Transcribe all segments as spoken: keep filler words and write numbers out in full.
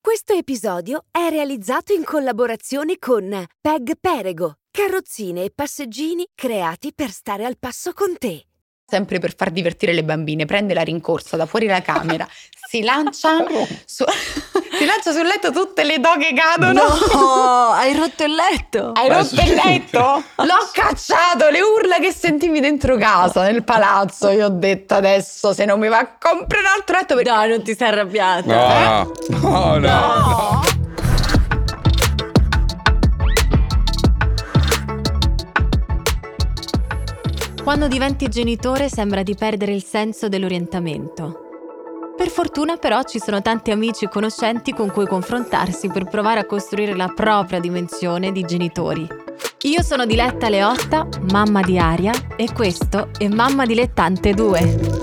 Questo episodio è realizzato in collaborazione con P E G Perego, carrozzine e passeggini creati per stare al passo con te. Sempre per far divertire le bambine, prende la rincorsa da fuori la camera, si lancia su, si lancia sul letto, tutte le doghe cadono. No, hai rotto il letto. Hai rotto il letto? L'ho cacciato, le urla che sentivi dentro casa, nel palazzo. Io ho detto adesso se non mi va a comprare un altro letto perché... No, non ti sei arrabbiata. No, no, no, no. Quando diventi genitore sembra di perdere il senso dell'orientamento. Per fortuna però ci sono tanti amici e conoscenti con cui confrontarsi per provare a costruire la propria dimensione di genitori. Io sono Diletta Leotta, mamma di Aria, e questo è Mamma Dilettante due.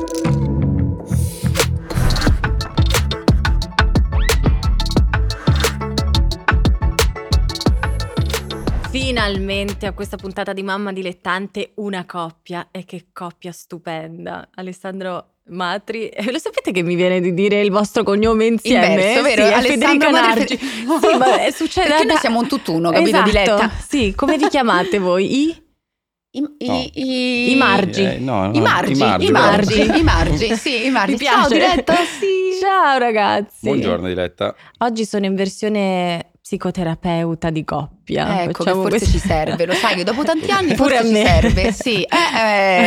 Finalmente a questa puntata di Mamma Dilettante una coppia, e che coppia stupenda. Alessandro Matri, eh, lo sapete che mi viene di dire il vostro cognome insieme? Inverso, vero? Sì, Alessandro Federica Matri. Nargi. Sì, ma succede Perché da... noi siamo un tutt'uno, capito, Esatto. Diletta? Sì, come vi chiamate voi? I? I, i, No. i, I margi. Eh, no, no, I margi, i margi, i margi, bravo. i margi, sì, i margi. Mi piace. Ciao Diletta, sì. Ciao ragazzi. Buongiorno Diletta. Oggi sono in versione psicoterapeuta di coppia. Ecco, Facciamo che forse questo- ci serve, lo sai, io dopo tanti anni Pure forse a ci me. serve, sì, eh,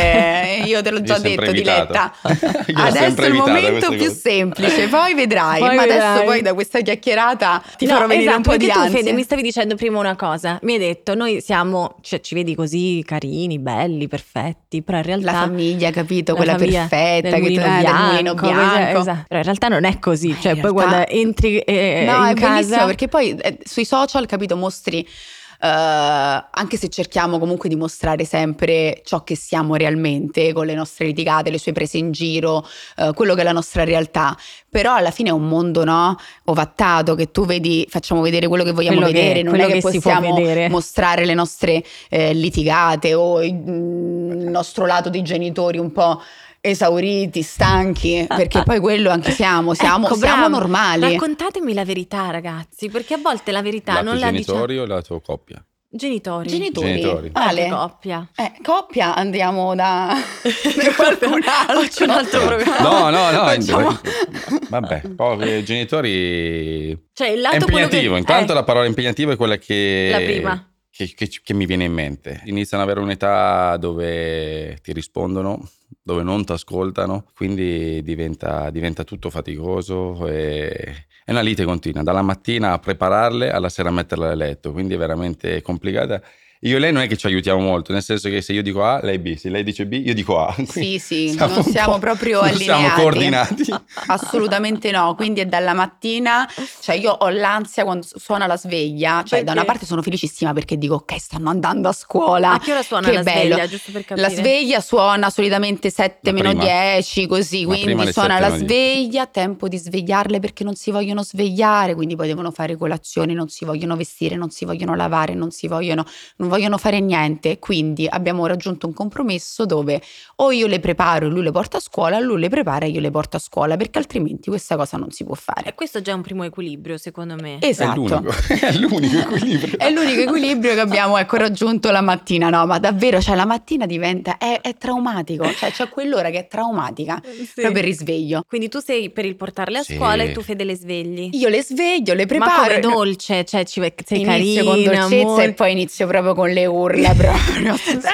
eh, io te l'ho Io già ho sempre detto, evitato. Diletta. Io ho Adesso sempre è il evitato momento queste più cose. semplice, poi vedrai, Poi ma adesso vedrai. poi da questa chiacchierata ti No, farò venire esatto, un po' perché di tu, ansia. Fede, mi stavi dicendo prima una cosa. Mi hai detto, noi siamo, cioè ci vedi così carini, belli, perfetti, però in realtà... La famiglia, capito, la quella famiglia perfetta, del che tu- mulino eh, del bianco, mulino bianco. esatto. Però in realtà non è così, Eh, cioè in poi realtà- quando entri eh, No, in è bellissimo casa... perché poi eh, sui social, capito, mostri, eh, anche se cerchiamo comunque di mostrare sempre ciò che siamo realmente, con le nostre litigate, le sue prese in giro, eh, quello che è la nostra realtà, però alla fine è un mondo, no, ovattato, che tu vedi, facciamo vedere quello che vogliamo Quello che- vedere, non è quello che, che si può possiamo vedere. mostrare le nostre eh, litigate o il, il nostro lato dei genitori un po' esauriti, stanchi, perché poi quello anche siamo, siamo, Ecco, siamo bravo. normali. Raccontatemi la verità, ragazzi, perché a volte la verità Lato non la diciamo... genitori o la tua coppia? Genitori. Genitori, Genitori. Ale. Anche coppia. Eh, coppia, andiamo da, da qualcun altro. Faccio un altro programma. No, no, no. Facciamo- Vabbè, poi eh, genitori Cioè il è lato quello impegnativo. che... Intanto eh, la parola impegnativo è quella che, La prima. che, che- che mi viene in mente. Iniziano ad avere un'età dove ti rispondono, dove non ti ascoltano, quindi diventa, diventa tutto faticoso e è una lite continua, dalla mattina a prepararle alla sera a metterle a letto, quindi è veramente complicata. Io e lei non è che ci aiutiamo molto, nel senso che se io dico A, lei B, se lei dice B, io dico A. Sì, sì, Siamo non un siamo po'- proprio non allineati. siamo coordinati. Assolutamente no, quindi è dalla mattina, cioè io ho l'ansia quando suona la sveglia, cioè da una Perché? parte sono felicissima perché dico ok, stanno andando a scuola. A che ora suona che la bello. sveglia, giusto per capire? La sveglia suona solitamente sette La meno prima. dieci, così, La prima quindi alle suona sette la meno dieci. sveglia, tempo di svegliarle perché non si vogliono svegliare, quindi poi devono fare colazione, non si vogliono vestire, non si vogliono lavare, non si vogliono, non vogliono fare niente. Quindi abbiamo raggiunto un compromesso dove o io le preparo e lui le porta a scuola, lui le prepara e io le porto a scuola, perché altrimenti questa cosa non si può E fare. questo già è un primo equilibrio, secondo me. Esatto. È l'unico, è l'unico equilibrio. È l'unico equilibrio che abbiamo, ecco, raggiunto la mattina, no, ma davvero, cioè la mattina diventa, è, è traumatico, cioè c'è quell'ora che è traumatica, Sì. proprio il risveglio. Quindi tu sei per il portarle a Sì. scuola e tu Fede le svegli. Io le sveglio, le Ma preparo. come dolce, cioè ci sei Inizio carina, con dolcezza molto- e poi inizio proprio con le urla proprio.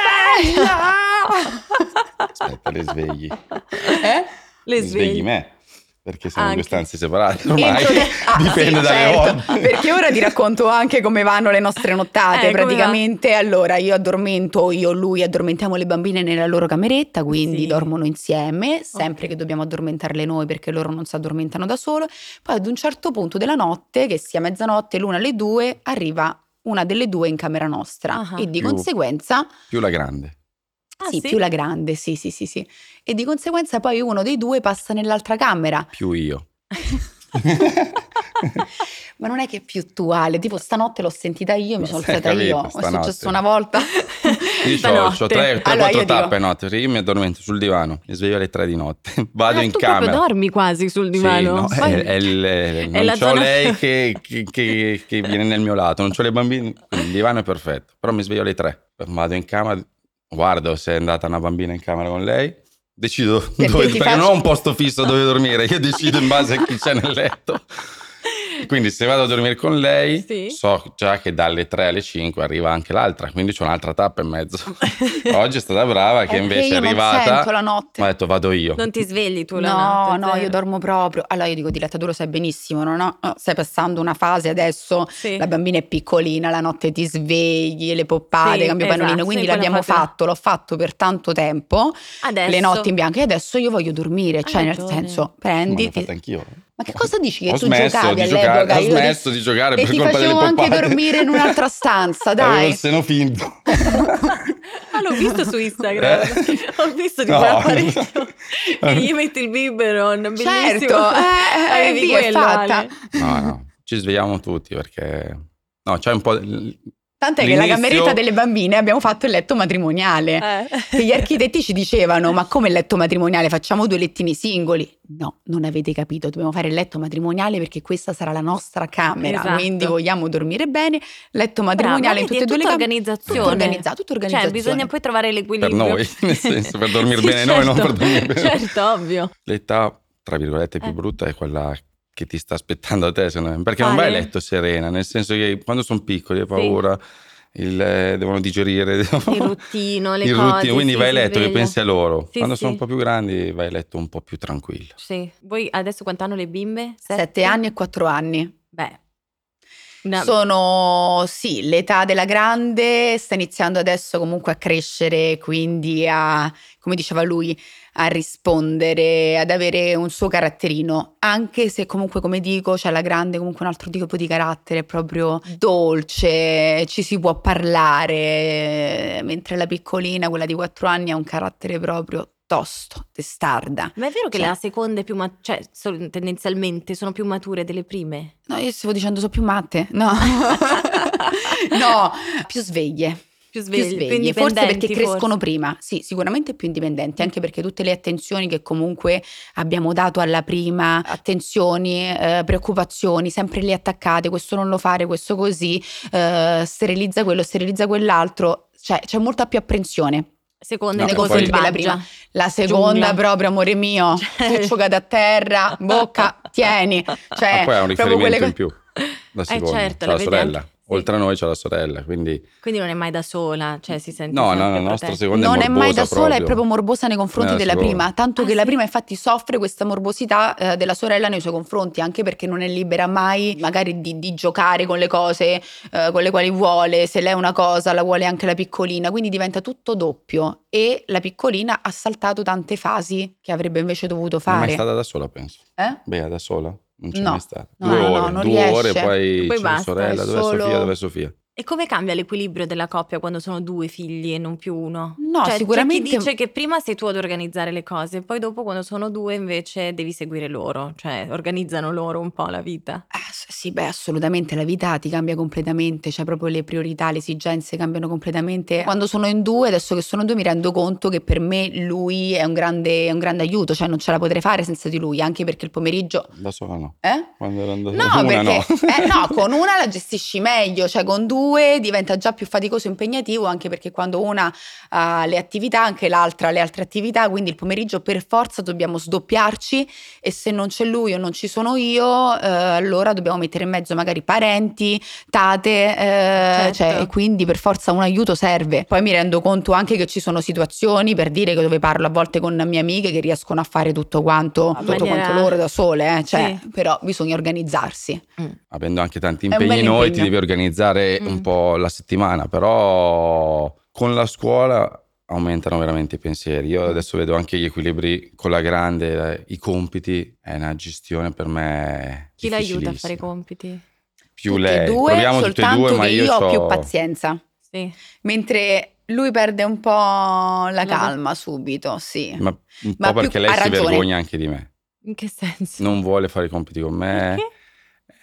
Aspetta, le svegli. Eh? Le Mi svegli. svegli me, perché siamo in due Anche. stanze separate ormai. Entro- Ah, Dipende sì, dalle certo, volte. perché ora ti racconto anche come vanno le nostre nottate. Eh, come Praticamente, allora io addormento, io e lui addormentiamo le bambine nella loro cameretta, quindi Sì. dormono insieme, sempre Ok. che dobbiamo addormentarle noi perché loro non si addormentano da solo. Poi ad un certo punto della notte, che sia mezzanotte, l'una alle due, arriva una delle due in camera nostra Ah. e di Più- conseguenza Più la grande. Ah, sì, più la grande, sì, sì, sì, sì. E di conseguenza poi uno dei due passa nell'altra camera. Più io. Ma non è che è più tu, Ale, tipo stanotte l'ho sentita io, mi No, sono sai, alzata io. capito, È successo stanotte. una volta. Io Stanotte. ho tre, tre Allora, quattro io dico- tappe a notte. Io mi addormento sul divano, mi sveglio alle tre di notte, vado Ah, in tu camera. proprio dormi quasi sul Sì, divano. no, Poi- è, è il- è non la c'ho zona- lei che, che- che- che viene nel mio lato, non c'ho le bambine, quindi il divano è perfetto. Però mi sveglio alle tre, vado in camera, guardo se è andata una bambina in camera con lei, decido Perché dove, ti perché faccio- non ho un posto fisso dove dormire, io decido in base a chi c'è nel letto. Quindi se vado a dormire con lei, Sì. so già che dalle tre alle cinque arriva anche l'altra, quindi c'ho un'altra tappa e mezzo. Oggi è stata brava che È invece io è non arrivata, sento la notte. mi ha detto vado io. Non ti svegli tu la No, notte? no, zero. io dormo proprio. Allora io dico, Diletta, tu lo sai benissimo, no? No, no, stai passando una fase adesso, Sì. la bambina è piccolina, la notte ti svegli, le poppate, Sì, cambio esatto, pannolino, quindi sì, quella l'abbiamo fase là. fatto, l'ho fatto per tanto tempo, Adesso. le notti in bianco, e adesso io voglio dormire, Hai cioè nel ragione. senso, Ma prendi... l'ho ti- fatta anch'io. Ma che cosa dici? Che Ho tu smesso giocavi di giocare, all'epoca? ho Io smesso ti- di giocare e per ti colpa delle facevo anche poppate. dormire in un'altra stanza, Avevo dai. il seno finto. Ah, l'ho visto su Instagram. Eh? Ho visto di No. quell'apparecchio che gli metti il biberon, bellissimo. Certo, eh, eh, Avevi via, è quello, fatta. Ale. No, no, ci svegliamo tutti perché... No, c'è un po'... Tant'è che la L'inizio- cameretta delle bambine abbiamo fatto il letto matrimoniale. Eh. Che gli architetti ci dicevano: ma come il letto matrimoniale? Facciamo due lettini singoli. No, non avete capito, dobbiamo fare il letto matrimoniale perché questa sarà la nostra camera, Esatto. quindi vogliamo dormire bene. Letto matrimoniale in Brava, tutte e vedi, due è le tutta camere. organizzazione. Tutto organizzato, tutto Cioè, organizzazione. bisogna poi trovare Per l'equilibrio. noi, nel senso, per dormire Sì, bene noi, non certo. per dormire bene. Certo, ovvio. L'età, tra virgolette, più Eh. brutta è quella che ti sta aspettando a te, secondo me. Perché non vai a Quale? letto serena, nel senso che quando sono piccoli hai paura, il, eh, devono digerire, Il devono... ruttino, le il cose. routine, quindi sì, vai a si letto che sveglia. pensi a loro. Sì, Quando sì. sono un po' più grandi vai a letto un po' più tranquillo. Sì. Voi adesso quanto hanno le bimbe? Sette anni e quattro anni. Beh. Una... Sono, sì, l'età della grande sta iniziando adesso comunque a crescere, quindi a, come diceva lui, a rispondere, ad avere un suo caratterino, anche se comunque, come dico, c'è la grande comunque un altro tipo di carattere, proprio dolce, ci si può parlare, mentre la piccolina, quella di quattro anni, ha un carattere proprio tosto, testarda. Ma è vero che Cioè- le seconde più ma- cioè so- tendenzialmente sono più mature delle prime? No, io stavo dicendo sono più matte, no, no, più sveglie. Più Più svegli, più sveglie, forse perché indipendenti, crescono forse. prima, sì, sicuramente più indipendenti, anche perché tutte le attenzioni che comunque abbiamo dato alla prima, attenzioni, eh, preoccupazioni, sempre lì attaccate, questo non lo fare, questo così, eh, sterilizza quello, sterilizza quell'altro, cioè c'è molta più apprensione Seconda No, è nei un po' confronti della selvaggia. prima. La seconda Giungla. proprio, amore mio, cuccio cade a terra, bocca, tieni, cioè Ma poi ha un proprio quelle riferimento in co- più. La Eh, seconda, certo, c'è la la vedi sorella. anche- sì. Oltre a noi c'è la sorella, quindi... Quindi non è mai da sola, cioè si sente No, no, sempre no, la nostra protetta. seconda non è è morbosa mai da sola, proprio. è proprio morbosa nei confronti Nella della seconda. prima, tanto Ah, che la sì? prima infatti soffre questa morbosità eh, della sorella nei suoi confronti, anche perché non è libera mai magari di, di giocare con le cose eh, con le quali vuole, se lei è una cosa la vuole anche la piccolina, quindi diventa tutto doppio e la piccolina ha saltato tante fasi che avrebbe invece dovuto Non è mai fare. stata da sola, penso. Eh? Beh, da sola? Non c'è No. mai stata. No, Due no, no, ore, non due ore, riesce. poi, Poi c'è la basta, sorella. è Dov'è solo- Sofia? Dov'è Sofia? E come cambia l'equilibrio della coppia quando sono due figli e non più uno? No, Cioè, sicuramente- c'è chi dice che prima sei tu ad organizzare le cose, poi dopo quando sono due invece devi seguire loro, cioè organizzano loro un po' la vita. Eh, s- sì, beh, assolutamente la vita ti cambia completamente, cioè proprio le priorità, le esigenze cambiano completamente. Quando sono in due, adesso che sono due, mi rendo conto che per me lui è un grande, è un grande aiuto, cioè non ce la potrei fare senza di lui, anche perché il pomeriggio... Da sola no. Eh? Quando ero andata No, una perché no. eh, no, con una la gestisci meglio, cioè con due diventa già più faticoso e impegnativo, anche perché quando una ha le attività, anche l'altra ha le altre attività, quindi il pomeriggio per forza dobbiamo sdoppiarci e se non c'è lui o non ci sono io, eh, allora dobbiamo mettere in mezzo magari parenti, tate, eh, Certo. cioè, e quindi per forza un aiuto serve. Poi mi rendo conto anche che ci sono situazioni, per dire, che dove parlo a volte con mie amiche che riescono a fare tutto quanto, In tutto maniera- quanto loro da sole, eh, cioè, Sì. però bisogna organizzarsi. Avendo anche tanti È un impegni bel noi, ti impegno. devi organizzare Mm. un po' la settimana, però con la scuola aumentano veramente i pensieri. Io adesso vedo anche gli equilibri con la grande, eh, i compiti, è una gestione per me Chi l'aiuta a fare i difficilissima. compiti? Più Tutti lei, e due, proviamo tutti e soltanto due, ma che io, io ho c'ho- più pazienza. Sì. Mentre lui perde un po' la La- calma subito, sì. Ma un Ma po' più- perché lei ha si ragione. vergogna anche di me. In che senso? Non vuole fare i compiti con me. Perché?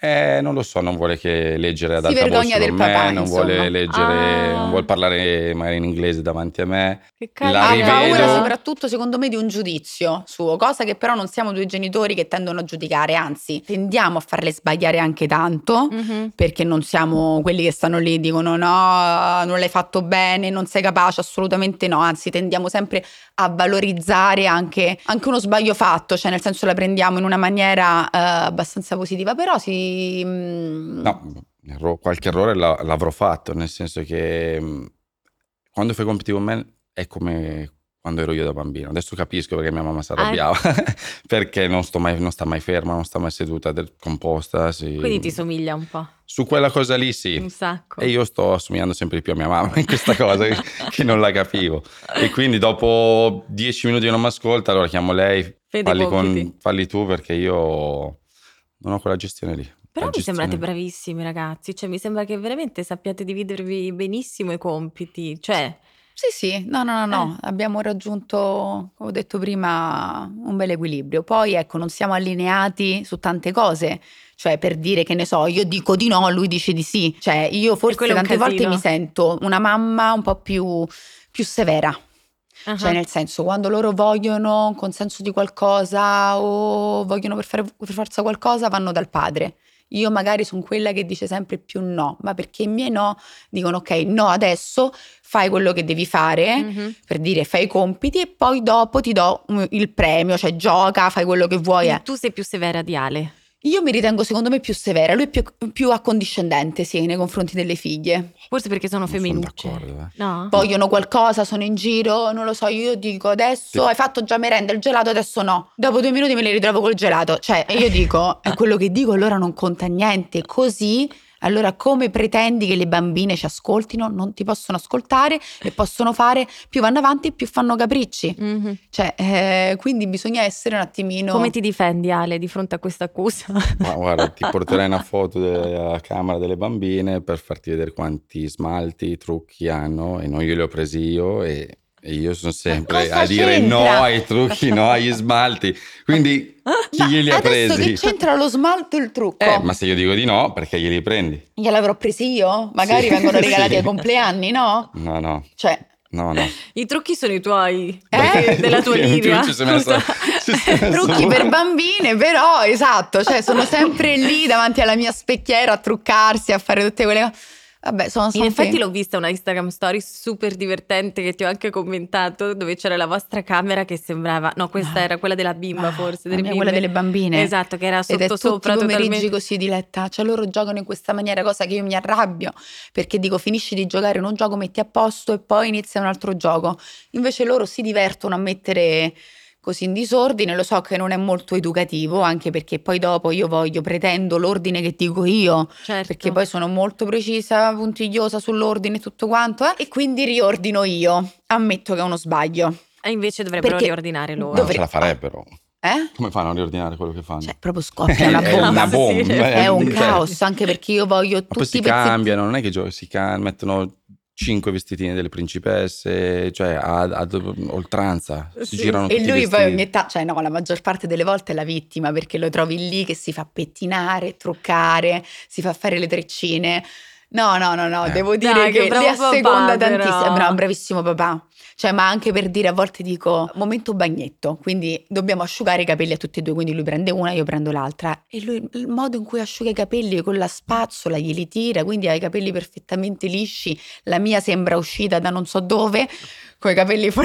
Eh, non lo so, non vuole che leggere ad Si alta vergogna voce del con me, papà, non insomma. vuole leggere, Ah. non vuole parlare magari in inglese davanti a me. Che La Ha carina. paura rivedo. soprattutto secondo me di un giudizio suo, cosa che però non siamo due genitori che tendono a giudicare, anzi tendiamo a farle sbagliare anche tanto, Mhm. perché non siamo quelli che stanno lì e dicono no, non l'hai fatto bene, non sei capace, assolutamente no, anzi tendiamo sempre a valorizzare anche, anche uno sbaglio fatto, cioè nel senso la prendiamo in una maniera eh, abbastanza positiva, però si... mm, No, erro- qualche errore la- l'avrò fatto, nel senso che mh, quando fai compiti con me è come quando ero io da bambino. Adesso capisco perché mia mamma si Ah. arrabbiava, perché non, sto mai, non sta mai ferma, non sta mai seduta, del- composta. si- Quindi ti somiglia un po', Su quella cosa lì sì. un sacco. E io sto assomigliando sempre di più a mia mamma in questa cosa che, che non la capivo. E quindi dopo dieci minuti che non mi ascolta, allora chiamo lei, Fai dei falli, compiti. con, falli tu perché io non ho quella gestione lì. Però La mi sembrate gestione- bravissimi ragazzi, cioè mi sembra che veramente sappiate dividervi benissimo i compiti, cioè Sì, sì, no, no, no, no, abbiamo raggiunto, come ho detto prima, un bel equilibrio. Poi ecco, non siamo allineati su tante cose, cioè per dire che ne so, io dico di no, lui dice di sì. Cioè io forse quello è un tante volte casino. mi sento una mamma un po' più, più severa. ah, Cioè nel senso, quando loro vogliono un consenso di qualcosa o vogliono per fare per forza qualcosa, vanno dal padre. Io magari sono quella che dice sempre più no, ma perché i miei no dicono ok, no adesso, fai quello che devi fare, mhm. per dire fai i compiti e poi dopo ti do mm, il premio, cioè gioca, fai quello che vuoi. Quindi eh. tu sei più severa di Ale. Io mi ritengo secondo me più severa, lui è più, più accondiscendente, sì, nei confronti delle figlie. Forse perché sono Non sono femminucce. d'accordo, eh. No? Vogliono qualcosa, sono in giro, non lo so, io dico adesso Tipo- hai fatto già merenda, il gelato adesso no. Dopo due minuti me li ritrovo col gelato. Cioè, io dico, è quello che dico, allora non conta niente. Così, allora come pretendi che le bambine ci ascoltino? Non ti possono ascoltare e possono fare, più vanno avanti più fanno capricci. Mhm. Cioè, eh, quindi bisogna essere un attimino... Come ti difendi Ale di fronte a questa accusa? Ma guarda, ti porterai una foto della camera delle bambine per farti vedere quanti smalti, trucchi hanno e non io li ho presi io e, e io sono sempre cosa a dire c'entra? no ai trucchi, no agli smalti. Quindi chi Ma glieli ha adesso presi? che c'entra lo smalto e il trucco? Eh, ma se io dico di no, perché glieli prendi? Gliel'avrò presi io? Magari Sì, vengono regalati sì. ai compleanni, no? No, no, Cioè... no, no. I trucchi sono i tuoi, Eh? della tua I linea. trucchi si è messo- Scusa. si è messo- Trucchi per bambine, però esatto, cioè sono sempre lì davanti alla mia specchiera a truccarsi, a fare tutte quelle cose. Vabbè, sono In sempre... effetti l'ho vista una Instagram story super divertente che ti ho anche commentato, dove c'era la vostra camera che sembrava, no, questa No. era quella della bimba, Ah, forse, la delle mia, bimbe. quella delle bambine. Esatto, che era Ed è sotto tutti sopra i pomeriggi totalmente. così, Diletta. Cioè loro giocano in questa maniera, cosa che io mi arrabbio, perché dico finisci di giocare in un gioco, metti a posto e poi inizia un altro gioco. Invece loro si divertono a mettere così in disordine, lo so che non è molto educativo, anche perché poi dopo io voglio, pretendo l'ordine che dico io, Certo. perché poi sono molto precisa, puntigliosa sull'ordine e tutto quanto, eh, e quindi riordino io. Ammetto che è uno sbaglio. E invece dovrebbero Perché riordinare loro. Non Dovre- ce la farebbero. Eh? Come fanno a riordinare quello che fanno? Cioè, proprio scoppia una è bomba. una Sì, bomba. È un cioè, caos, anche perché io voglio Ma poi tutti si i pezzetti. cambiano, non è che gio- si ca- mettono cinque vestitini delle principesse, cioè ad, ad oltranza, si Sì. girano E tutti lui i poi vestiti. ogni tanto, cioè no, la maggior parte delle volte è la vittima, perché lo trovi lì che si fa pettinare, truccare, si fa fare le treccine. No, no, no, no, Eh. devo dire Dai, che che bravo le asseconda papà, però. tantissimo. Bravo, bravissimo papà. Cioè, ma anche per dire, a volte dico, momento bagnetto, quindi dobbiamo asciugare i capelli a tutti e due, quindi lui prende una, io prendo l'altra. E lui, il modo in cui asciuga i capelli con la spazzola, glieli tira, quindi ha i capelli perfettamente lisci, la mia sembra uscita da non so dove, con i capelli fuori.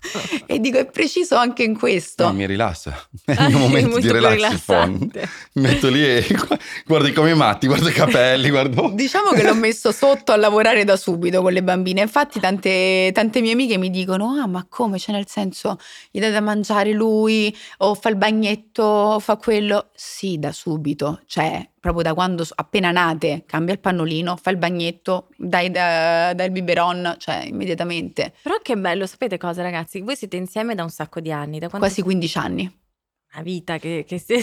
E dico, è preciso anche in questo. No, mi rilassa, è il mio momento molto di più relax il phone. rilassante. Mi metto lì e gu- guardo come i matti, guardo i capelli, guardo... Diciamo che l'ho messo sotto a lavorare da subito con le bambine. Infatti tante, tante mie amiche mi dicono, ah ma come, cioè nel senso, gli dai da mangiare lui, o fa il bagnetto, o fa quello. Sì, da subito, cioè proprio da quando so- appena nate, cambia il pannolino, fa il bagnetto, dai, da, dai il biberon, cioè immediatamente. Però che bello, sapete cosa ragazzi? Voi siete insieme da un sacco di anni, da quanto Quasi quindici anni. Una vita che, che siete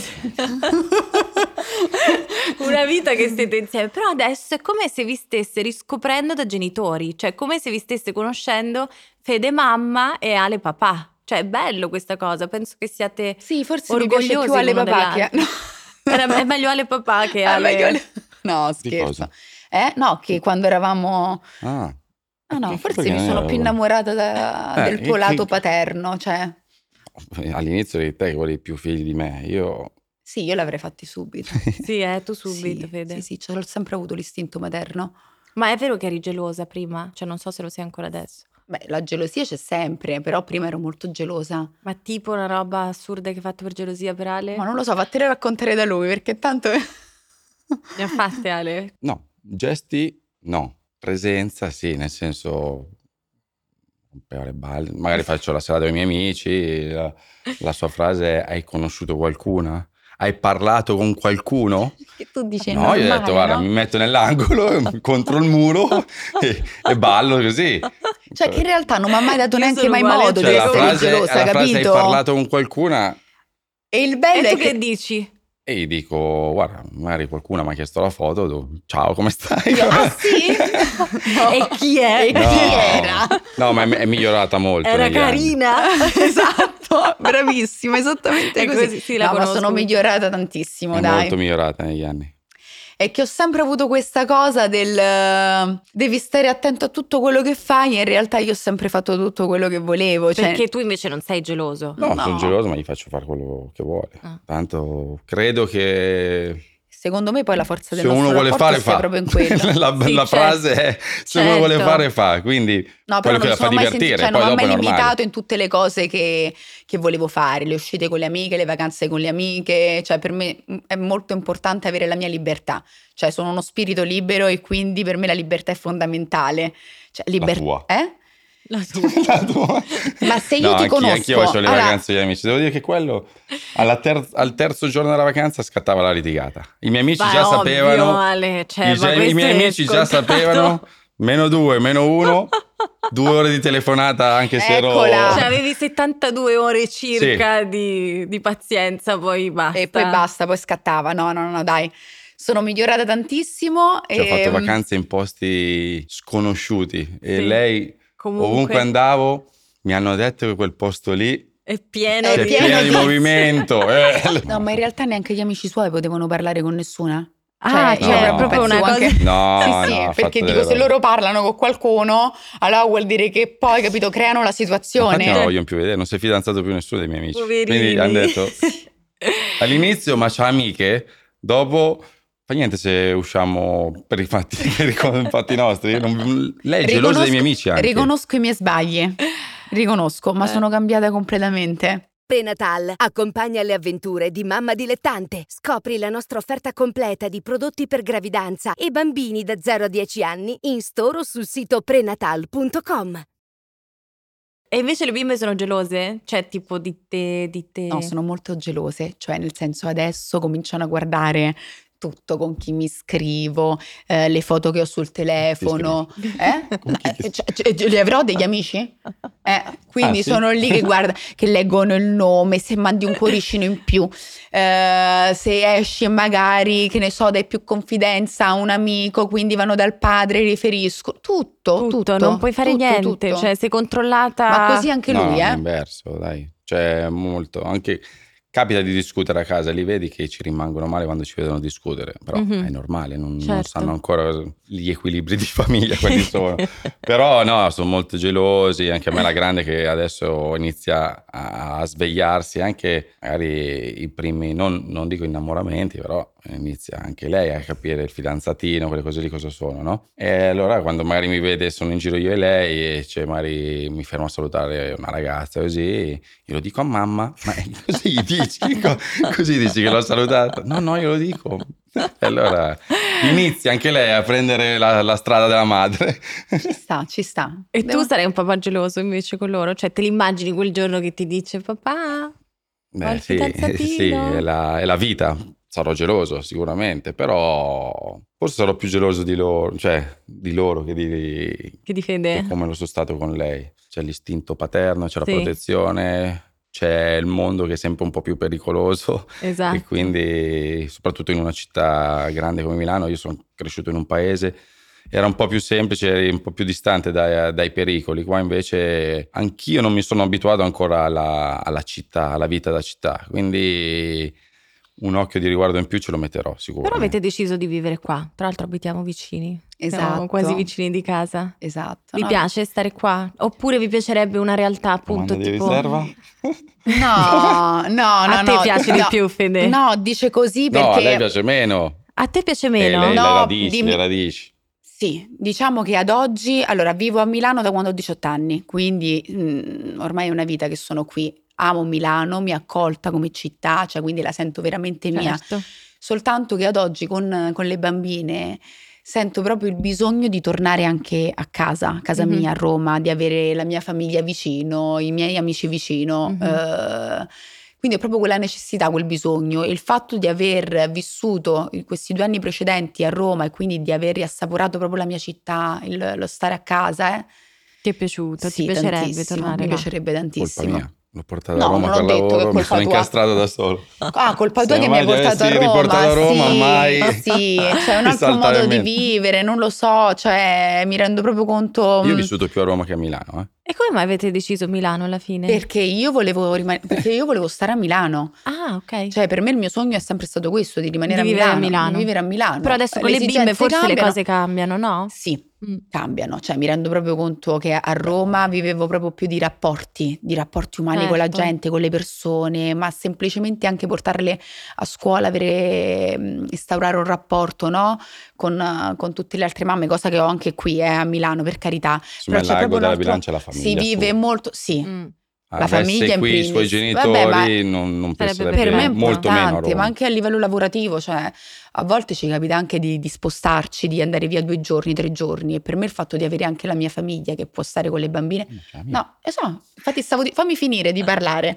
una vita che siete insieme, però adesso è come se vi stesse riscoprendo da genitori, cioè come se vi stesse conoscendo Fede mamma e Ale papà. Cioè è bello questa cosa, penso che siate Sì, forse mi piace orgogliosi più alle l'uno papà che... dell'altro. Era- È meglio Ale papà che Eh, Ale... meglio Ale- No, Di scherzo. cosa? Eh, no, che quando eravamo... Ah. No, no, Che- forse perché mi non sono era- più innamorata da- Eh, del tuo che- lato che- paterno, cioè... All'inizio di te che volevi più figli di me, io... Sì, io l'avrei fatti subito. Sì, eh, tu subito, Sì, Fede. sì, sì, ce l'ho sempre avuto l'istinto materno. Ma è vero che eri gelosa prima? Cioè non so se lo sei ancora adesso. Beh, la gelosia c'è sempre, però prima ero molto gelosa. Ma tipo una roba assurda che hai fatto per gelosia per Ale? Ma non lo so, fattene raccontare da lui, perché tanto... Ne ha fatte Ale? No, gesti no, presenza sì, nel senso rompeva le balle. Magari faccio la serata con i miei amici, la, la sua frase è: hai conosciuto qualcuna? Hai parlato con qualcuno? Che tu dici è No, io ho normale, detto guarda, no? mi metto nell'angolo contro il muro e, e ballo così. Cioè che in realtà non mi ha mai dato Io neanche sono mai uguale a modo te. di Cioè, la essere frase, gelosa, la frase hai capito? parlato con qualcuna E il bello E è tu che che... dici? e gli dico guarda, magari qualcuno mi ha chiesto la foto, tu, ciao, come stai? Io, ah sì? No. E chi è? E No. chi era? No, ma è, è migliorata molto. Era negli anni. carina. Esatto, bravissima, esattamente È così. così, sì, la no, ma conosco. sono migliorata tantissimo, È dai. molto migliorata negli anni. È che ho sempre avuto questa cosa del eh, devi stare attento a tutto quello che fai, e in realtà io ho sempre fatto tutto quello che volevo. Cioè, Perché tu invece non sei geloso. No, No. sono geloso, ma gli faccio fare quello che vuole. Ah. Tanto credo che secondo me poi la forza del se uno nostro vuole rapporto fare sia fa. proprio in quello. la Sì, la certo. frase è: se uno vuole Certo. fare fa. Quindi No, quello però che non la fa sono mai divertire, sentito, cioè poi non mi ha dopo mai è normale. limitato in tutte le cose che, che volevo fare, le uscite con le amiche, le vacanze con le amiche, cioè per me mm, è molto importante avere la mia libertà, cioè sono uno spirito libero e quindi per me la libertà è fondamentale. Cioè, liber- tua. Eh? La tua. La tua- Ma se io No, ti anch'io- conosco, anch'io facevo le allora- vacanze con gli amici. Devo dire che quello alla ter- al terzo giorno della vacanza scattava la litigata. I miei amici Ma già è ovvio, sapevano. Ale, cioè, i, ma i questo miei è amici già scontato. sapevano. Meno due, meno uno. Due ore di telefonata, anche se ero. Eccola. Cioè avevi settantadue ore circa di, di pazienza, poi basta. E poi basta, poi scattava. No, no, no, dai. Sono migliorata tantissimo. Cioè, ho e, fatto mm, vacanze in posti sconosciuti e Sì. lei, Comunque, ovunque andavo, mi hanno detto che quel posto lì è pieno È c'è di... pieno pieno di di- movimento. eh. No, ma in realtà neanche gli amici suoi potevano parlare con nessuna. Ah, Cioè, cioè, io No. proprio penso una cosa... anche- No, sì, no, sì, ha perché fatto dico, delle se robe. loro parlano con qualcuno, allora vuol dire che poi, capito, creano la Infatti situazione. non la vogliono più vedere, non si è fidanzato più nessuno dei miei amici. Poverini. Quindi hanno detto all'inizio, ma c'ha amiche, dopo fa niente se usciamo per i fatti, per i co- fatti nostri. Non- lei è gelosa dei miei amici anche. Riconosco i miei sbagli, riconosco, ma Eh. sono cambiata completamente. Prenatal accompagna le avventure di mamma dilettante. Scopri la nostra offerta completa di prodotti per gravidanza e bambini da zero a dieci anni in store o sul sito prenatal punto com. E invece le bimbe sono gelose? Cioè tipo di te, di te... No, sono molto gelose, cioè nel senso adesso cominciano a guardare tutto, con chi mi scrivo, eh, le foto che ho sul telefono. Eh? Con chi Eh, ti- cioè, cioè, li avrò degli amici? Eh, quindi Ah, sì? sono lì che guarda, che leggono il nome, se mandi un cuoricino in più, eh, se esci e magari, che ne so, dai più confidenza a un amico, quindi vanno dal padre, riferisco, tutto, tutto, tutto. non puoi fare tutto, niente, tutto. cioè sei controllata... Ma così anche No, lui, è eh? inverso, dai. Cioè, molto. Anche capita di discutere a casa, li vedi che ci rimangono male quando ci vedono discutere, però Mhm. è normale, non, non Certo. sanno ancora gli equilibri di famiglia quali sono. Però no, sono molto gelosi, anche a me la grande che adesso inizia a, a svegliarsi, anche magari i primi, non, non dico innamoramenti, però inizia anche lei a capire il fidanzatino, quelle cose lì cosa sono, no? E allora quando magari mi vede, sono in giro io e lei e cioè, magari mi fermo a salutare una ragazza così, io lo dico a mamma, ma così gli dici, Co- così dici che l'ho salutata? No, no, io lo dico. E allora inizia anche lei a prendere la, la strada della madre. Ci sta, ci sta. E Devo- tu sarai un papà geloso invece con loro? Cioè te li immagini quel giorno che ti dice papà? Beh, il sì, fidanzatino? sì, è la, è la vita. Sarò geloso sicuramente, però forse sarò più geloso di loro, cioè di loro che di Che difende? che come lo sono stato con lei. C'è l'istinto paterno, c'è la Sì. protezione, c'è il mondo che è sempre un po' più pericoloso. Esatto. E quindi, soprattutto in una città grande come Milano, io sono cresciuto in un paese, era un po' più semplice, eri un po' più distante dai, dai pericoli. Qua invece anch'io non mi sono abituato ancora alla, alla città, alla vita da città. Quindi un occhio di riguardo in più ce lo metterò sicuramente. Però avete deciso di vivere qua, tra l'altro abitiamo vicini. Esatto. Siamo quasi vicini di casa. Esatto. Vi no? piace stare qua? Oppure vi piacerebbe una realtà appunto Domanda di tipo... riserva? No, no, no. A te no, piace no, di più, Fede? No, dice così perché... No, a lei piace meno. A te piace Eh, meno? lei, No, le radici, dimmi- le radici. Sì, diciamo che ad oggi, allora vivo a Milano da quando ho diciotto anni, quindi mh, ormai è una vita che sono qui. Amo Milano, mi ha accolta come città, cioè quindi la sento veramente mia. Certo. Soltanto che ad oggi con, con le bambine sento proprio il bisogno di tornare anche a casa, a casa Mhm. mia a Roma, di avere la mia famiglia vicino, i miei amici vicino. Mhm. eh, quindi è proprio quella necessità, quel bisogno. E il fatto di aver vissuto questi due anni precedenti a Roma e quindi di aver assaporato proprio la mia città, il- lo stare a casa, eh, Ti è piaciuto? sì, Ti piacerebbe tantissimo, tornare mi là? piacerebbe Colpa tantissimo. mia. L'ho portata No, a Roma non ho per detto che è lavoro, mi colpa sono tua. incastrato da solo. Ah, colpa tua Se che mi hai mai portato a avessi Roma. riportato a Roma, sì, mai sì, c'è un mi altro saltava modo in di mente. vivere, non lo so, cioè mi rendo proprio conto Io ho mh, vissuto più a Roma che a Milano, eh. E come mai avete deciso Milano alla fine? perché io volevo rimane- perché io volevo stare a Milano. Ah, ok. Cioè, per me il mio sogno è sempre stato questo, di rimanere Di a vivere a Milano, Milano. di vivere a Milano. Però adesso con le bimbe esigenze forse le cambiano. cose cambiano, no? Sì, Mm. cambiano, cioè mi rendo proprio conto che a Roma vivevo proprio più di rapporti, di rapporti umani con la Certo. gente, con le persone, ma semplicemente anche portarle a scuola, avere, mh, instaurare un rapporto, no? Con, eh, con tutte le altre mamme, cosa che ho anche qui, eh, a Milano, per carità. Insomma, il Però c'è largo proprio un della altro- bilancia è la famiglia. Si vive su. molto, sì. Mm. La Avesse famiglia in qui i primis. suoi genitori Vabbè, ma non, non sarebbe penserebbe per me è perfetto. molto meno a importante, Roma. ma anche a livello lavorativo, cioè a volte ci capita anche di, di spostarci, di andare via due giorni, tre giorni, e per me il fatto di avere anche la mia famiglia che può stare con le bambine, Cioè, mia- no, eh so, infatti stavo di- fammi finire di parlare.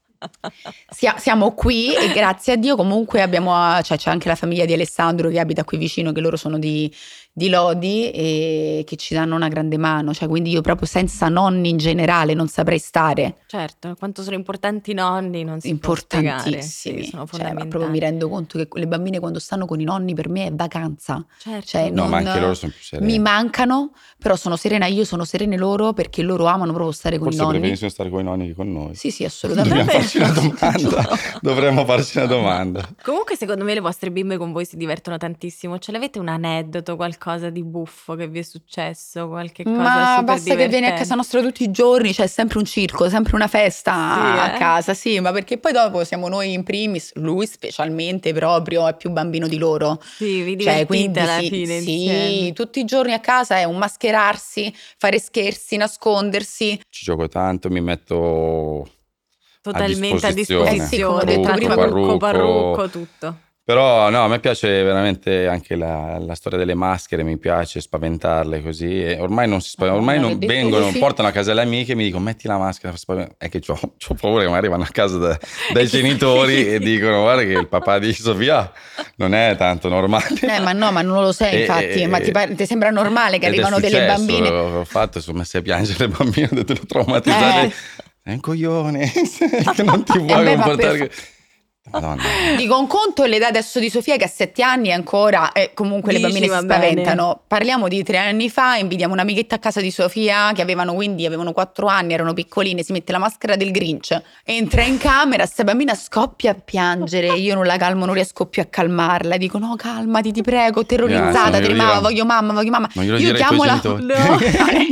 Sia- siamo qui e grazie a Dio comunque abbiamo, cioè c'è anche la famiglia di Alessandro che abita qui vicino, che loro sono di, di Lodi e che ci danno una grande mano, cioè quindi io proprio senza nonni in generale non saprei stare. Certo, quanto sono importanti i nonni non si può spiegare. Importantissimi, Sì, sono cioè, ma fondamentali. proprio mi rendo conto che le bambine quando stanno con i nonni per me è vacanza, Certo. cioè No, ma non- anche loro sono più sereni. mi mancano, però sono serena io, sono serene loro perché loro amano proprio stare con Forse i nonni. preferiscono stare con i nonni che con noi. Sì, sì, Dobbiamo assolutamente. farci una domanda. Dovremmo farci una domanda. Comunque secondo me le vostre bimbe con voi si divertono tantissimo. Ce l'avete un aneddoto, qualcosa di buffo che vi è successo, qualche cosa Ma super basta che vieni a divertente? casa nostra tutti i giorni, c'è sempre un circo, sempre una festa Sì, a eh? casa, sì, ma perché poi dopo siamo noi in primis, lui specialmente proprio è più bambino di loro. Sì, vi Cioè, divertite quindi alla sì, fine sì, insieme. tutti i giorni a casa è un mascherarsi, fare scherzi, nascondersi. Ci gioco tanto, mi metto Totalmente a disposizione. Eh sì, come ho disposizione, detto tra prima, trucco, parrucco. parrucco, tutto. Però no, a me piace veramente anche la, la storia delle maschere, mi piace spaventarle così. E ormai non si spaventano, ormai Madonna, non che detto vengono, così. portano a casa le amiche e mi dicono metti la maschera, spaven-". È che ho paura che magari vanno a casa da- dai genitori e dicono guarda che il papà di Sofia non è tanto normale. Eh, ma no, ma non lo sei, E- infatti, e- ma ti, par- ti sembra normale che ed è arrivano delle successo, bambine? Ho fatto, sono messi a piangere le bambine, ho detto le traumatizzate. Eh. È un coglione, che non ti vuoi Eh beh, ma comportare. per- che- Madonna. Dico, un conto è l'età adesso di Sofia che ha sette anni e ancora e comunque le Dici, bambine va si bene. spaventano. Parliamo di tre anni fa, invidiamo un'amichetta a casa di Sofia che avevano quindi avevano quattro anni, erano piccoline, si mette la maschera del Grinch, entra in camera, sta bambina scoppia a piangere, io non la calmo, non riesco più a calmarla, dico no calmati ti prego, terrorizzata, Grazie, non glielo tremava, dirò. voglio mamma, voglio mamma. Non glielo Io dire ai chiamo tuoi la... genitori.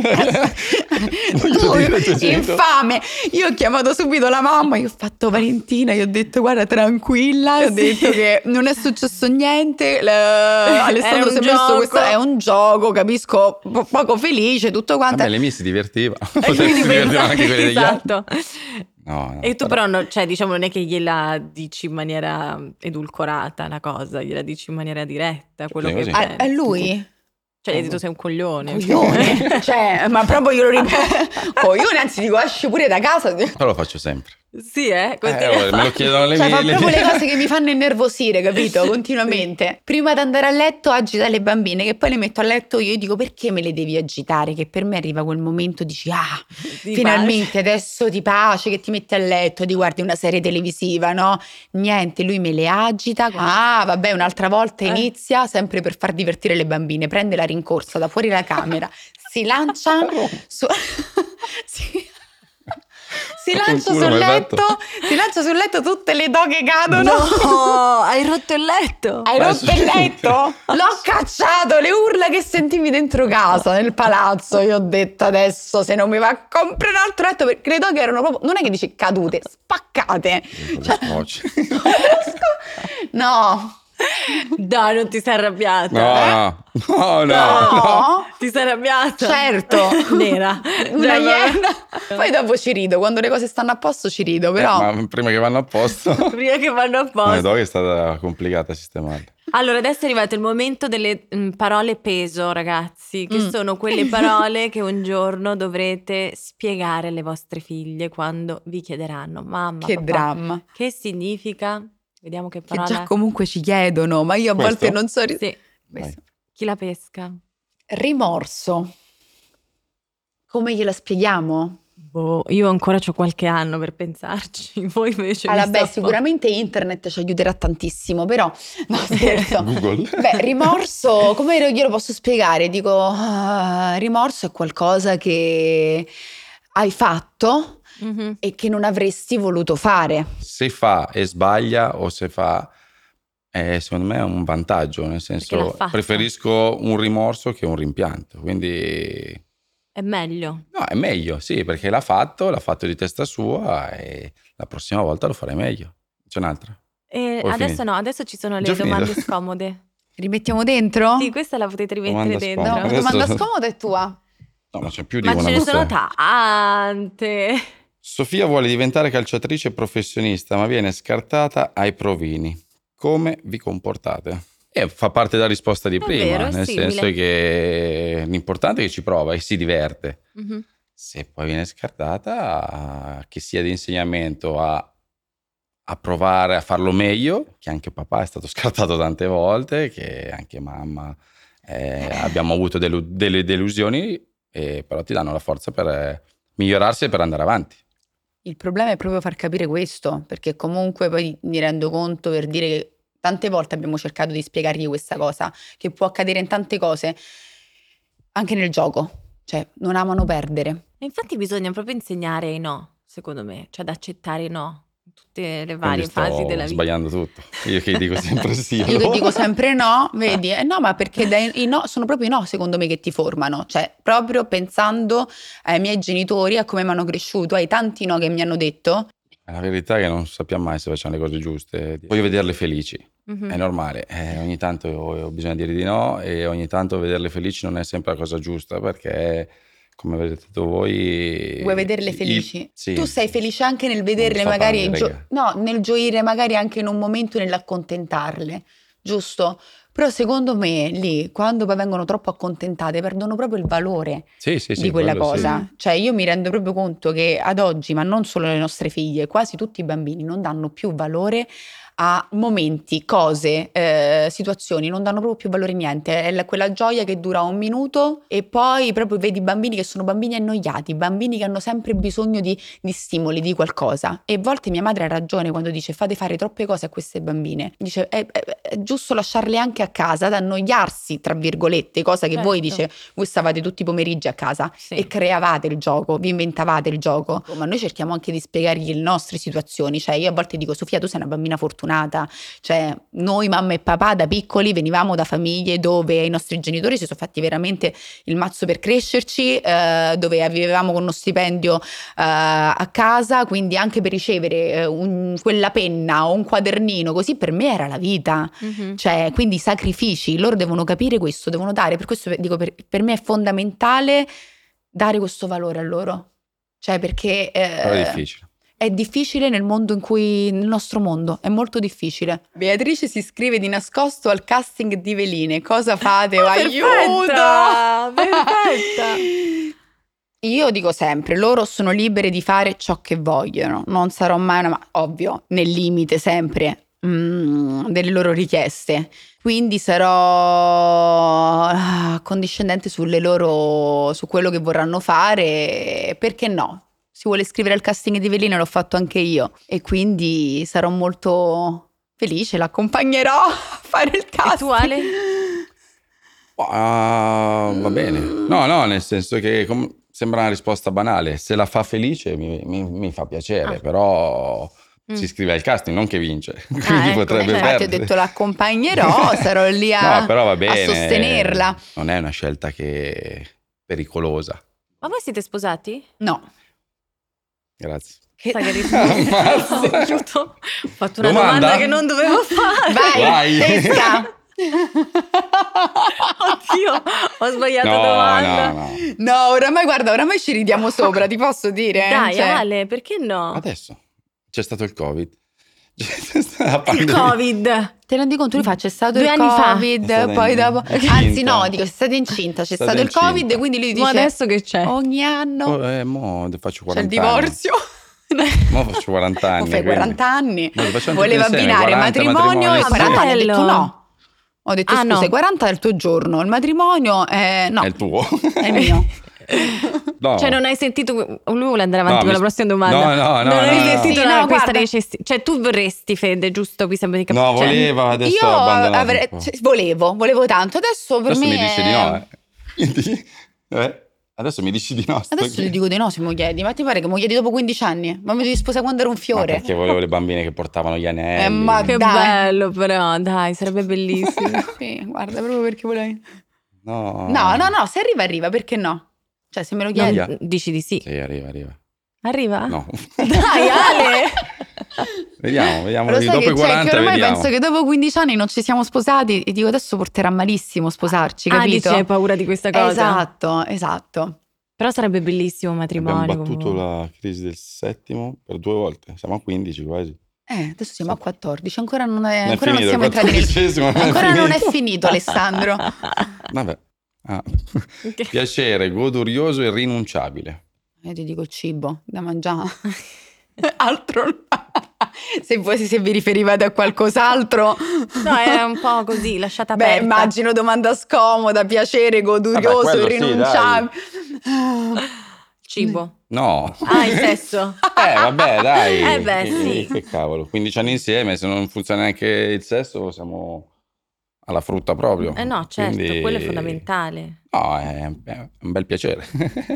Non glielo Tu, dire ai tuoi genitori. infame, io ho chiamato subito la mamma, io ho fatto Valentina, io ho detto guarda tranquilla, ho detto che non è successo niente, la- Alessandro un si è messo gioco. questo, è un gioco, capisco, po- poco felice, tutto quanto. Vabbè, le mie si divertiva. E Forse quindi si divertivano anche quelle degli altri. esatto. No, no, E tu però, no- cioè, diciamo, non è che gliela dici in maniera edulcorata la cosa, gliela dici in maniera diretta, quello Sì, che così. a, pensi. a lui? Cioè, gli hai detto sei un coglione. Coglione, cioè, ma proprio io lo ripeto, coglione, anzi dico esci pure da casa. Però lo faccio sempre. Sì, eh? Eh, Continua a ora, me lo fare. chiedono le Cioè, mie. fa le proprio mie- le cose che mi fanno innervosire, capito? Continuamente. Prima di andare a letto agita le bambine, che poi le metto a letto io e dico perché me le devi agitare? Che per me arriva quel momento, dici ah, Di finalmente adesso ti pace che ti metti a letto, ti guardi una serie televisiva, no? Niente, lui me le agita. Ah, vabbè, un'altra volta Eh. inizia, sempre per far divertire le bambine, prende la rincorsa da fuori la camera, si lancia su... si... si lancia Qualcuno sul mi hai letto, fatto? si lancia sul letto, tutte le doghe cadono. No, hai rotto il letto. Hai Beh, rotto sì. il letto? L'ho cacciato, le urla che sentivi dentro casa, nel palazzo. Io ho detto adesso se non mi va a comprare un altro letto, perché le doghe erano proprio, non è che dici cadute, spaccate. Cioè, scotch. No. Dai, non ti sei arrabbiata. No, no, no, no. No. Ti sei arrabbiata? Certo. Nera. Una Cioè, iena. Poi dopo ci rido, quando le cose stanno a posto ci rido, però... Eh, ma prima che vanno a posto, prima che vanno a la posto. dog è stata complicata a sistemare. Allora, adesso è arrivato il momento delle mm, parole peso, ragazzi, che Mm. sono quelle parole che un giorno dovrete spiegare alle vostre figlie quando vi chiederanno: mamma, Che papà, dramma. che significa? Vediamo che Che parola. già comunque ci chiedono, ma io a Questo? volte non so... ri- Sì, Questo. chi la pesca? Rimorso. Come gliela spieghiamo? Boh, io ancora ho qualche anno per pensarci, voi invece Allora, mi beh, sta sicuramente internet ci aiuterà tantissimo, però no, scherzo. Google. Beh, rimorso, come io glielo posso spiegare? Dico, ah, rimorso è qualcosa che hai fatto po'. Mhm. e che non avresti voluto fare. Se fa e sbaglia o se fa, eh, secondo me è un vantaggio, nel Perché l'ha senso fatto. preferisco un rimorso che un rimpianto, quindi È meglio. no, è meglio, sì, perché l'ha fatto, l'ha fatto di testa sua e la prossima volta lo farei meglio. C'è un'altra? E Ho adesso finito. no, adesso ci sono le Già finito? domande scomode. Rimettiamo dentro? Sì, questa la potete rimettere Domanda dentro. No, scomoda. la Adesso- domanda scomoda è tua. No, ma c'è più di Ma una ce ne sono questa. tante. Sofia vuole diventare calciatrice professionista, ma viene scartata ai provini. Come vi comportate? E fa parte della risposta di È prima, vero, è nel simile. senso che l'importante è che ci prova e si diverte. Mhm. Se poi viene scartata, che sia di insegnamento a, a provare a farlo meglio, che anche papà è stato scartato tante volte, che anche mamma eh, abbiamo avuto delu- delle delusioni, e però ti danno la forza per eh, migliorarsi e per andare avanti. Il problema è proprio far capire questo, perché comunque poi mi rendo conto, per dire che tante volte abbiamo cercato di spiegargli questa cosa, che può accadere in tante cose, anche nel gioco, cioè non amano perdere. E infatti bisogna proprio insegnare i no, secondo me, cioè ad accettare i no in tutte le Quindi varie sto fasi della vita. sbagliando tutto. Io che dico sempre sì. Io che allora. dico sempre no, vedi? Eh no, ma perché dai- i no sono proprio i no, secondo me, che ti formano. Cioè, proprio pensando ai miei genitori, a come mi hanno cresciuto, ai tanti no che mi hanno detto. La verità è che non sappiamo mai se facciamo le cose giuste. Voglio vederle felici. Mhm. È normale, eh, ogni tanto ho, ho bisogno di dire di no e ogni tanto vederle felici non è sempre la cosa giusta perché, come avete detto voi... Vuoi vederle il- felici? sì. Tu sei felice anche nel vederle sto a magari, parlare, gio- raga. no, nel gioire magari anche in un momento nell'accontentarle, giusto? Però secondo me lì, quando poi vengono troppo accontentate, perdono proprio il valore Sì, sì, sì, di quella quello sì. cosa. Cioè io mi rendo proprio conto che ad oggi, ma non solo le nostre figlie, quasi tutti i bambini non danno più valore a momenti, cose, eh, situazioni, non danno proprio più valore a niente. È la- quella gioia che dura un minuto e poi proprio vedi bambini che sono bambini annoiati, bambini che hanno sempre bisogno di, di stimoli, di qualcosa. E a volte mia madre ha ragione quando dice fate fare troppe cose a queste bambine. Dice è, è- è giusto lasciarle anche a casa ad annoiarsi, tra virgolette, cosa che voi, Certo. dice, voi stavate tutti i pomeriggi a casa Sì. e creavate il gioco, vi inventavate il gioco. Ma noi cerchiamo anche di spiegargli le nostre situazioni. Cioè io a volte dico Sofia, tu sei una bambina fortunata. Cioè noi mamma e papà da piccoli venivamo da famiglie dove i nostri genitori si sono fatti veramente il mazzo per crescerci, eh, dove avevamo con uno stipendio eh, a casa, quindi anche per ricevere eh, un- quella penna o un quadernino così per me era la vita. Mhm. Cioè, quindi i sacrifici, loro devono capire questo, devono dare, per questo dico, per, per me è fondamentale dare questo valore a loro. Cioè, perché eh, Però è difficile. è difficile nel mondo in cui, nel nostro mondo, è molto difficile. Beatrice si iscrive di nascosto al casting di Veline, cosa fate? Aiuto! Perfetta! Perfetta! Io dico sempre, loro sono libere di fare ciò che vogliono, non sarò mai una, ma ovvio, nel limite sempre mm, delle loro richieste. Quindi sarò ah, condiscendente sulle loro, su quello che vorranno fare, perché no? Si vuole iscrivere al casting di Veline, l'ho fatto anche io e quindi sarò molto felice, l'accompagnerò a fare il casting. E tu, Ale? Ah, va bene. No, no, nel senso che com- sembra una risposta banale. Se la fa felice mi, mi, mi fa piacere, Ah. però Mm. si iscrive al casting, non che vince. Quindi Ah, ecco, potrebbe eh, Infatti ho perdere. detto l'accompagnerò, sarò lì a, No, però va a bene. sostenerla. Non è una scelta che è pericolosa. Ma voi siete sposati? No. Grazie. Che... Sai che risposta? Ammazza. Aiuto. Ho fatto una Domanda? domanda che non dovevo fare. Vai, Vai. testa. Oddio, ho sbagliato No, domanda. no, no. No, oramai guarda, oramai ci ridiamo sopra, ti posso dire? Dai, Cioè, Ale, perché no? Adesso c'è stato il Covid. C'è stata la Il pandemia. Covid. Te rendi conto, lui fa c'è stato Due il anni fa. Covid, È stata poi in- dopo... incinta. Anzi no, dico, è stata incinta, c'è È stato stata il Covid incinta. e quindi lui Ma dice adesso che c'è? ogni anno Oh, eh, mo faccio c'è il quaranta anni. divorzio. Mo faccio quaranta anni. O fai quindi- quaranta anni, No, li facciamo voleva tutti insieme, abbinare quaranta matrimonio e matrimoni quaranta anni, ho insieme. detto Bello. no. Ho detto Ah, scusa, no. i quaranta è il tuo giorno, il matrimonio è... no, È il tuo. è mio. No. Cioè non hai sentito, lui vuole andare avanti No, con mi- la prossima domanda. No, no, no, non hai no, no. sentito Sì, la- no, questa guarda. necessità. Cioè tu vorresti, Fede, giusto? Mi sembra di capire. No, Cioè, voleva, adesso Io ha abbandonato avrei- un po'. cioè, volevo, volevo tanto, adesso per Adesso me... mi dici di no, eh. Quindi, eh, adesso mi dici di no. sto Adesso qui. ti dico di no se mi chiedi, ma ti pare che mi chiedi dopo quindici anni? Ma mi devi sposare quando ero un Ma fiore? perché volevo le bambine che portavano gli anelli. Eh, ma Che dai. bello però, dai, sarebbe bellissimo. Sì, guarda, proprio perché volevi... No. No, no, no, se arriva, arriva, perché no? Cioè, se me lo chiedi... via. Non- dici di sì. Sì, arriva, arriva. Arriva? No. Dai, Ale! Vediamo, vediamo. Lo Dopo sai che, i c'è, quaranta che ormai vediamo. penso che dopo quindici anni non ci siamo sposati e dico adesso porterà malissimo sposarci, Ah, capito? dici hai paura di questa cosa? Esatto, esatto. Però sarebbe bellissimo un Abbiamo matrimonio. battuto comunque. la crisi del settimo per due volte. Siamo a quindici quasi. Eh, adesso siamo a quattordici, ancora non, è, Non è ancora non finito, siamo il entrati nel... quattordicesimo non è Ancora non è finito. finito, Alessandro. Vabbè. Ah. Piacere godurioso e rinunciabile. Io ti dico il cibo da mangiare. Altro no. Se voi se vi riferivate a qualcos'altro. No, è un po' così, lasciata Beh, aperta. immagino domanda scomoda, piacere, godurioso, Vabbè, quello sì, irrinunciabile. Cibo. No. Ah, il sesso. Eh, vabbè, dai. Eh beh, che, sì. che cavolo. quindici anni insieme, se non funziona neanche il sesso, siamo alla frutta proprio. Eh no, certo, Quindi- quello è fondamentale. No, è, è un bel piacere.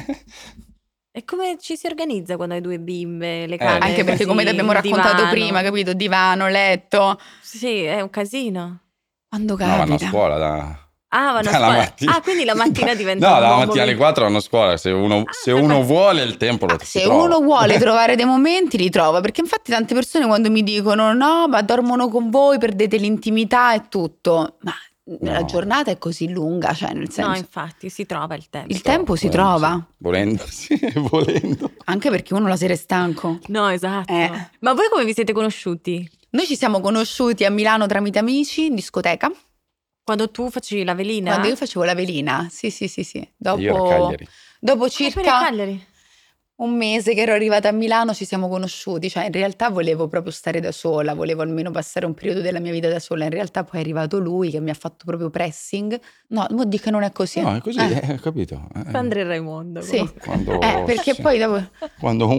E come ci si organizza quando hai due bimbe, le Eh, camere Anche perché, così, come ti abbiamo il raccontato divano? prima, capito? Divano, letto. Sì, è un casino. Quando No, vanno a capita. scuola da... Ah, vanno a dalla scuola. mattina. Ah, quindi la mattina diventa No, un dalla uomo mattina alle che- quattro vanno a scuola. Se uno, se uno vuole il tempo lo Ah, si se trova. uno vuole trovare dei momenti li trova, perché infatti tante persone quando mi dicono no, ma dormono con voi, perdete l'intimità e tutto, ma la No. giornata è così lunga, cioè nel senso, No, infatti, si trova il tempo. il tempo si Volendo, trova, sì. Volendo, sì, volendo. anche perché uno la sera è stanco. No, esatto. Eh. Ma voi come vi siete conosciuti? Noi ci siamo conosciuti a Milano tramite amici in discoteca, Quando tu facevi la velina? quando io facevo la velina, sì sì sì sì, dopo, Io ero a Cagliari. dopo Ah, pure a circa Cagliari. un mese che ero arrivata a Milano ci siamo conosciuti, cioè in realtà volevo proprio stare da sola, volevo almeno passare un periodo della mia vita da sola, in realtà poi è arrivato lui che mi ha fatto proprio pressing, no, mo dico che non è così. No, è così, Eh, eh, ho capito. Eh, Andre Raimondo. sì, comunque. Quando, eh, perché sì. poi dopo... Quando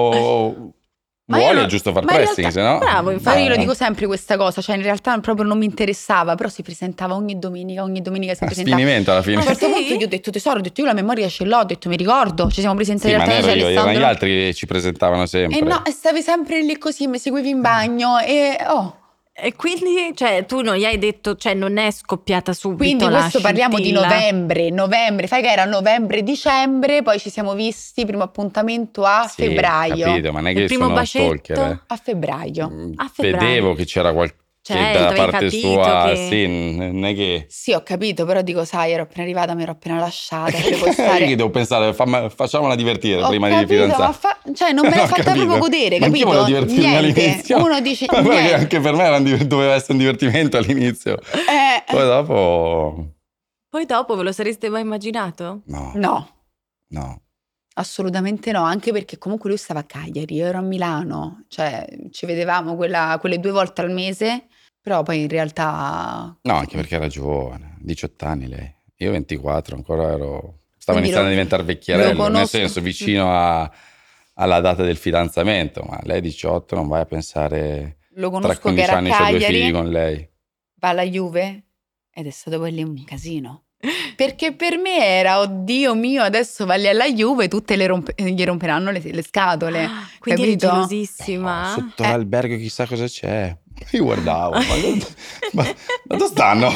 uno Ma io vuole no- è giusto far ma in pressing, realtà- se no... Bravo, Ma infatti. io lo eh, dico sempre questa cosa, cioè in realtà proprio non mi interessava, però si presentava ogni domenica, ogni domenica si a presentava. sfinimento alla A fine. un certo sì? punto gli ho detto tesoro, ho detto io la memoria ce l'ho, ho detto mi ricordo, ci siamo presentati Sì, in ma non realtà ero io e io, erano gli Alessandro. altri che ci presentavano sempre. E no, e stavi sempre lì così, mi seguivi in bagno e oh... E quindi, cioè, tu non gli hai detto, cioè, non è scoppiata subito Quindi la questo parliamo di scintilla? novembre, novembre, fai che era novembre-dicembre, poi ci siamo visti, primo appuntamento a Sì, febbraio. capito, ma non è Il che primo sono bacetto? stalker. eh. A febbraio. Mm, A febbraio. Vedevo che c'era qualche Certo, da avevi parte capito sua, che- sì, non è che... Sì, ho capito, però dico, sai, ero appena arrivata, mi ero appena lasciata, volevo Io stare... che devo pensare, famma- facciamola divertire Ho prima capito, di ma fidanzare. fa- cioè non me l'ha Ho fatta capito. proprio godere, Ma anch'io capito? volevo divertirmi Niente. all'inizio. Uno dice Ma guarda che niente. anche per me era un div- doveva essere un divertimento all'inizio. Eh, Poi dopo... Poi dopo ve lo sareste mai immaginato? No, no, no. assolutamente no, anche perché comunque lui stava a Cagliari, io ero a Milano, cioè ci vedevamo quella- quelle due volte al mese, però poi in realtà... No, anche perché era giovane, diciotto anni lei. Io ventiquattro, ancora ero... Stavo Quindi iniziando lo- a diventare lo vecchierello, nel conosco. senso vicino a- alla data del fidanzamento, ma lei diciotto non vai a pensare Lo tra conosco che quindici era a anni c'ho due figli Cagliari, con lei. va alla Juve ed è stato poi lì un casino. Perché per me era, oddio mio, adesso va lì alla Juve, tutte le rompe- gli romperanno le, le scatole. Ah, quindi eri capito? gelosissima? Oh, sotto Eh. l'albergo chissà cosa c'è. Io guardavo, ma, ma, ma dove stanno?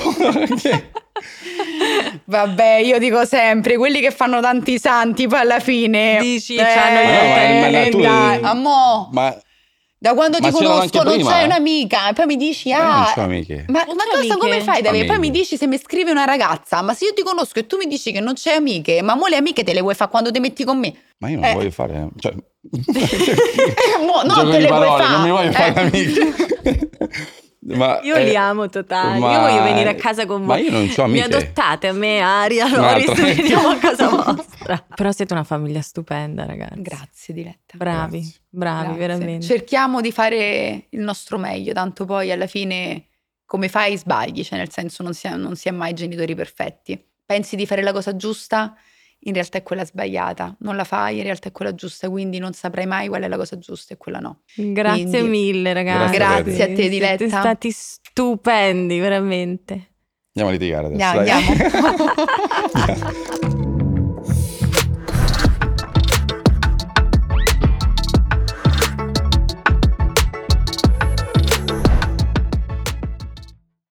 Vabbè, io dico sempre, quelli che fanno tanti santi poi alla fine Dici, eh, c'hanno gli Ma no, ma- ma tu- dai, ammo, Ma da quando ma ti c'erano conosco anche non prima? c'hai un'amica e poi mi dici io non ah c'ho amiche. ma, Non ma c'hai cosa amiche? come fai Davide? Poi mi Amiche. dici se mi scrive una ragazza, ma se io ti conosco e tu mi dici che non c'hai amiche, ma mo le amiche te le vuoi fare quando ti metti con me? Ma io non Eh. voglio fare, cioè, Mo- non gioco te di le vuoi parole, fare. non mi voglio fare Eh. amiche. Ma, Io eh, li amo totali, ma- io voglio venire a casa con Ma voi. io non c'ho Mi amiche. adottate a me, Aria, Un'altra. Loris, veniamo a casa vostra. Però siete una famiglia stupenda, ragazzi. Grazie Diletta. Bravi, Grazie. bravi, Grazie. veramente. Cerchiamo di fare il nostro meglio, tanto poi alla fine come fai sbagli, cioè nel senso non si è, non si è mai genitori perfetti. Pensi di fare la cosa giusta, in realtà è quella sbagliata, non la fai, in realtà è quella giusta, quindi non saprai mai qual è la cosa giusta e quella no. Grazie Quindi- mille, ragazzi. Grazie a te, Siete Diletta. stati stupendi, veramente. Andiamo a litigare adesso. Andiamo, dai. andiamo.